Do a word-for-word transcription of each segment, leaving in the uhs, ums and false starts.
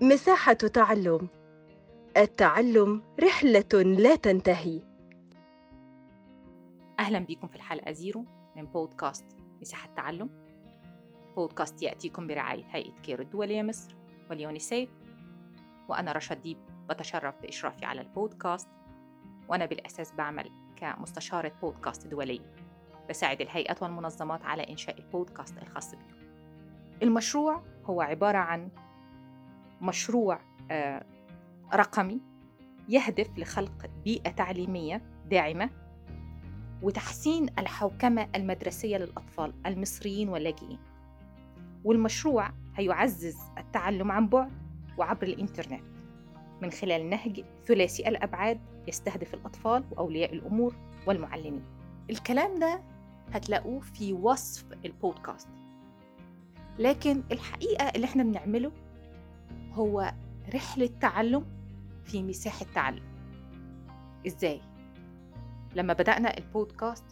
مساحة تعلم. التعلم رحلة لا تنتهي. أهلا بكم في الحلقة زيرو من بودكاست مساحة تعلم. بودكاست يأتيكم برعاية هيئة كير الدولية مصر واليونيسيف، وأنا رشا ديب بتشرف بإشرافي على البودكاست، وأنا بالأساس بعمل كمستشارة بودكاست دولية بساعد الهيئات والمنظمات على إنشاء البودكاست الخاص بهم. المشروع هو عبارة عن مشروع آه رقمي يهدف لخلق بيئة تعليمية داعمة وتحسين الحوكمة المدرسية للأطفال المصريين واللاجئين. والمشروع هيعزز التعلم عن بعد وعبر الإنترنت من خلال نهج ثلاثي الأبعاد يستهدف الأطفال وأولياء الأمور والمعلمين. الكلام ده هتلاقوه في وصف البودكاست، لكن الحقيقة اللي احنا بنعمله هو رحلة تعلم في مساحة تعلم. إزاي؟ لما بدأنا البودكاست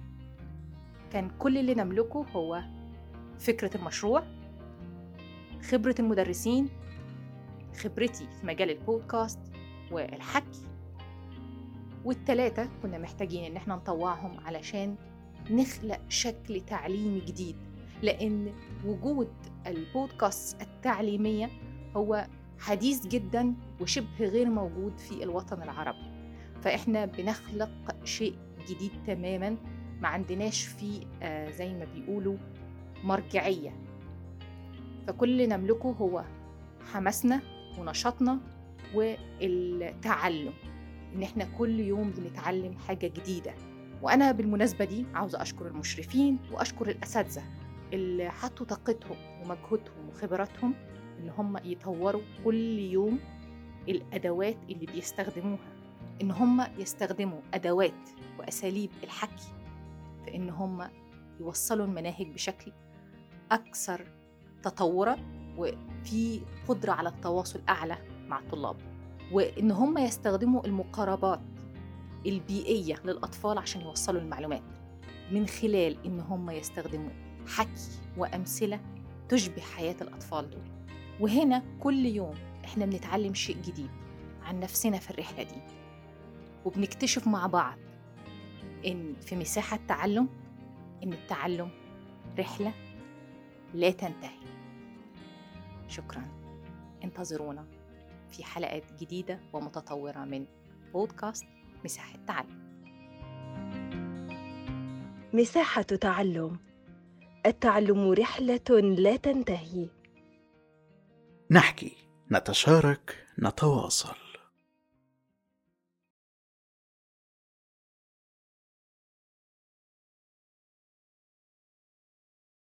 كان كل اللي نملكه هو فكرة المشروع، خبرة المدرسين، خبرتي في مجال البودكاست والحكي، والتلاتة كنا محتاجين إن احنا نطوعهم علشان نخلق شكل تعليمي جديد، لأن وجود البودكاست التعليمية هو حديث جدا وشبه غير موجود في الوطن العربي. فإحنا بنخلق شيء جديد تماماً، ما عندناش فيه آه زي ما بيقولوا مرجعية. فكل اللي نملكه هو حماسنا ونشاطنا والتعلم، إن إحنا كل يوم بنتعلم حاجة جديدة. وأنا بالمناسبة دي عاوزة أشكر المشرفين وأشكر الأساتذة اللي حطوا طاقتهم ومجهودهم وخبراتهم إن هم يطوروا كل يوم الأدوات اللي بيستخدموها، إن هم يستخدموا أدوات وأساليب الحكي في إن هم يوصلوا المناهج بشكل أكثر تطورا وفي قدرة على التواصل أعلى مع الطلاب، وإن هم يستخدموا المقاربات البيئية للأطفال عشان يوصلوا المعلومات من خلال إن هم يستخدموا حكي وأمثلة تشبه حياة الأطفال دول. وهنا كل يوم إحنا بنتعلم شيء جديد عن نفسنا في الرحلة دي، وبنكتشف مع بعض إن في مساحة تعلم إن التعلم رحلة لا تنتهي. شكراً، انتظرونا في حلقات جديدة ومتطورة من بودكاست مساحة تعلم. مساحة تعلم. التعلم رحلة لا تنتهي. نحكي، نتشارك، نتواصل.